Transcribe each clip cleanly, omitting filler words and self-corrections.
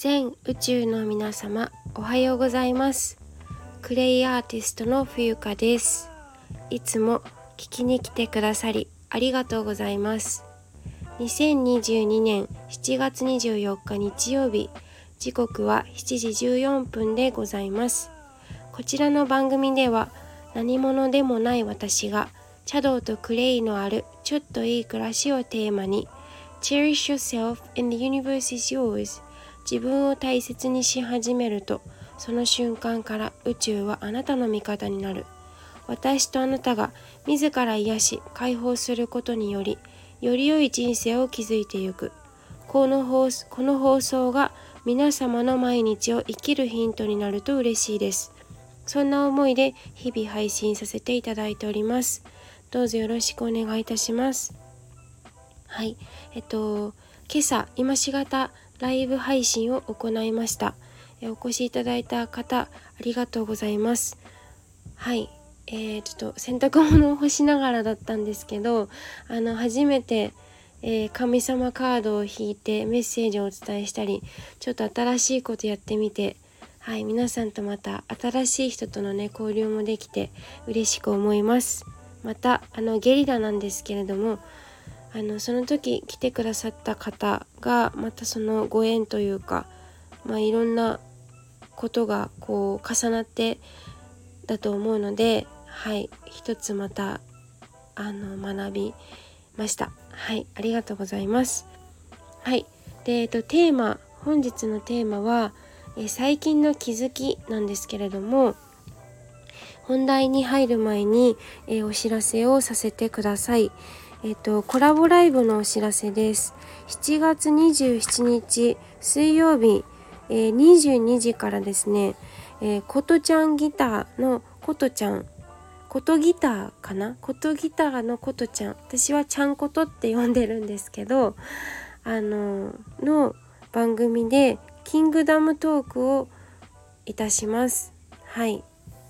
全宇宙の皆様、おはようございます。クレイアーティストの冬香です。いつも聞きに来てくださりありがとうございます。2022年7月24日日曜日、時刻は7時14分でございます。こちらの番組では、何者でもない私が茶道とクレイのあるちょっといい暮らしをテーマに、Cherish yourself and the universe is yours。 自分を大切にし始めると、その瞬間から宇宙はあなたの味方になる。私とあなたが自ら癒し解放することにより、より良い人生を築いていく。この放送が皆様の毎日を生きるヒントになると嬉しいです。そんな思いで日々配信させていただいております。どうぞよろしくお願いいたします。はい、今朝今しがたライブ配信を行いました。お越しいただいた方ありがとうございます。はい、ちょっと洗濯物を干しながらだったんですけど、初めて、神様カードを引いてメッセージをお伝えしたり、ちょっと新しいことやってみて、はい、皆さんとまた新しい人とのね交流もできて嬉しく思います。またゲリラなんですけれども、その時来てくださった方がまたそのご縁というか、いろんなことがこう重なってだと思うので、はい、一つまた学びました。はい、ありがとうございます。はい、で本日のテーマは、最近の気づきなんですけれども、本題に入る前に、お知らせをさせてください。コラボライブのお知らせです。7月27日水曜日、22時からですね、ことちゃんギターのことちゃん、ことギターかな、ことギターのことちゃん、私はちゃんことって呼んでるんですけど、の番組でキングダムトークをいたします。はい、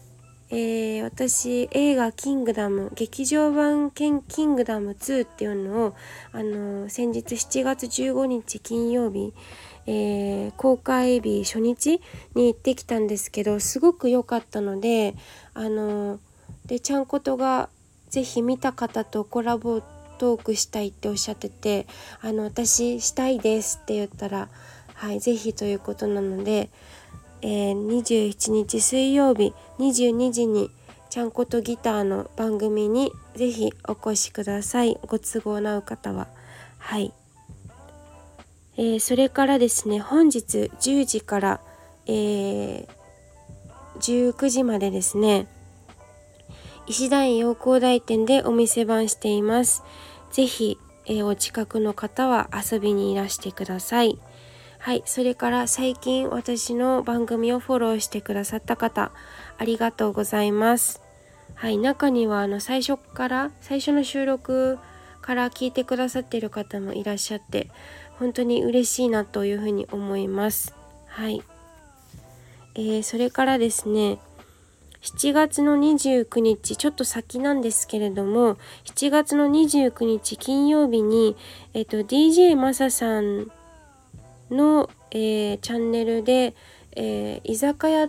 私映画キングダム劇場版キングダム2っていうのを先日7月15日金曜日、公開日初日に行ってきたんですけど、すごく良かったので、でちゃんことがぜひ見た方とコラボトークしたいっておっしゃってて、私したいですって言ったら、はい、ぜひということなので、27日水曜日22時にちゃんことギターの番組にぜひお越しください。ご都合の合う方は。はい、それからですね、本日10時から、19時までですね、石田園陽光台店でお店番しています。ぜひ、お近くの方は遊びにいらしてください。はい、それから最近私の番組をフォローしてくださった方ありがとうございます。はい、中には最初の収録から聞いてくださっている方もいらっしゃって、本当に嬉しいなというふうに思います。はい、それからですね、7月の29日、ちょっと先なんですけれども、7月の29日金曜日に、DJ マサさんの、チャンネルで、居酒屋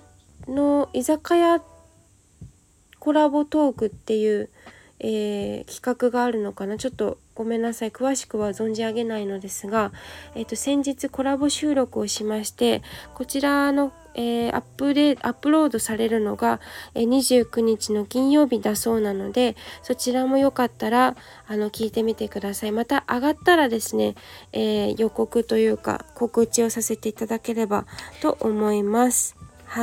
コラボトークっていう、企画があるのかな、ちょっとごめんなさい、詳しくは存じ上げないのですが、先日コラボ収録をしまして、こちらの、アップロードされるのが、29日の金曜日だそうなので、そちらもよかったら聞いてみてください。また上がったらですね、予告というか告知をさせていただければと思います。はい、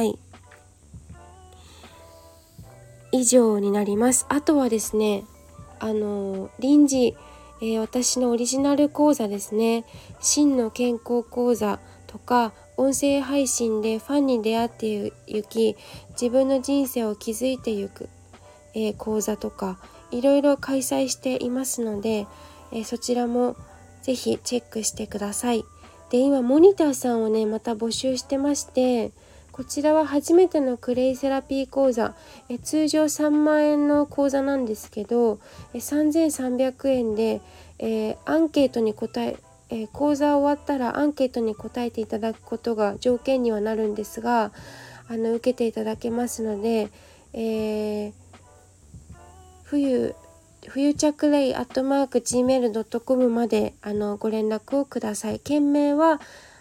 以上になります。あとはですね、臨時、私のオリジナル講座ですね、真の健康講座とか、音声配信でファンに出会ってゆき自分の人生を築いてゆく、講座とかいろいろ開催していますので、そちらもぜひチェックしてください。で、今モニターさんをねまた募集してまして、こちらは初めてのクレイセラピー講座、通常3万円の講座なんですけど、3300円で、アンケートに答え講座終わったらアンケートに答えていただくことが条件にはなるんですが、受けていただけますので、冬着レイ@gmail.com までご連絡をください。件名は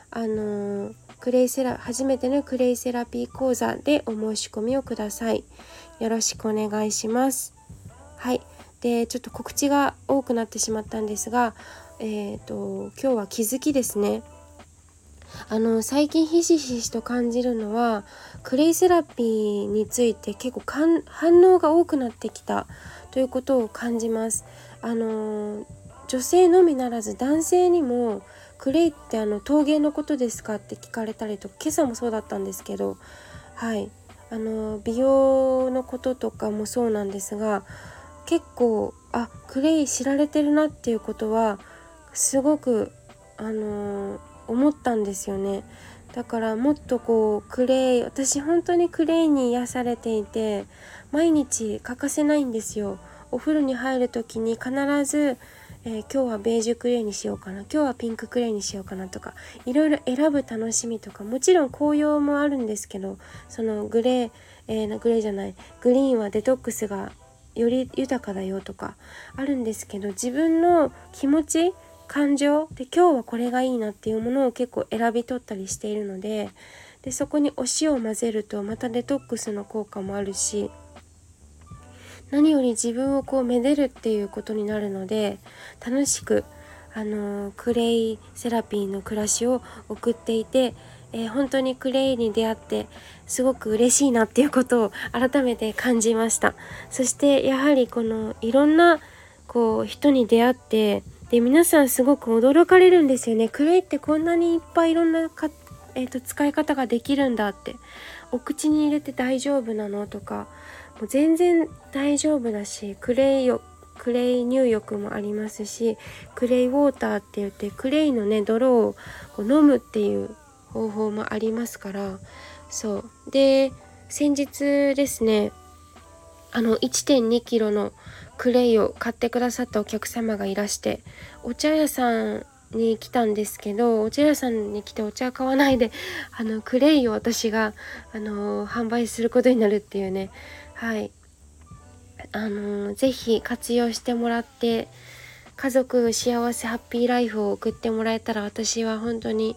初めてのクレイセラピー講座でお申し込みをください。よろしくお願いします。はい。で、ちょっと告知が多くなってしまったんですが、今日は気づきですね。最近ひしひしと感じるのは、クレイセラピーについて結構反応が多くなってきたということを感じます。女性のみならず男性にもクレイって陶芸のことですかって聞かれたりとか、今朝もそうだったんですけど、はい、美容のこととかもそうなんですが、結構クレイ知られてるなっていうことはすごく思ったんですよね。だからもっと私本当にクレイに癒されていて、毎日欠かせないんですよ。お風呂に入る時に必ず、今日はベージュクレイにしようかな、今日はピンククレイにしようかなとか、いろいろ選ぶ楽しみとか、もちろん紅葉もあるんですけど、そのグレーはデトックスがより豊かだよとかあるんですけど、自分の気持ち感情で今日はこれがいいなっていうものを結構選び取ったりしているので、そこにお塩を混ぜるとまたデトックスの効果もあるし、何より自分をめでるっていうことになるので、楽しくクレイセラピーの暮らしを送っていて、本当にクレイに出会ってすごく嬉しいなっていうことを改めて感じました。そしてやはりいろんな人に出会って、で皆さんすごく驚かれるんですよね。クレイってこんなにいっぱいいろんな使い方ができるんだって。お口に入れて大丈夫なのとか、もう全然大丈夫だし、クレイ入浴もありますし、クレイウォーターって言ってクレイのね泥を飲むっていう方法もありますから。そうで、先日ですね、1.2 キロのクレイを買ってくださったお客様がいらして、お茶屋さんに来たんですけど、お茶屋さんに来てお茶買わないでクレイを私が販売することになるっていうね。はい、ぜひ活用してもらって、家族幸せハッピーライフを送ってもらえたら、私は本当に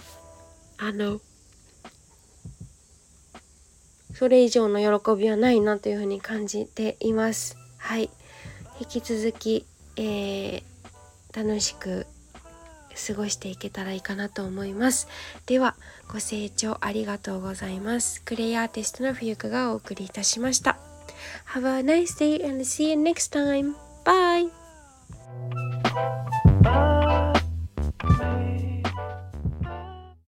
それ以上の喜びはないなというふうに感じています。はい、引き続き、楽しく過ごしていけたらいいかなと思います。ではご清聴ありがとうございます。クレイアーティストの冬香がお送りいたしました。Have a nice day and see you next time. Bye!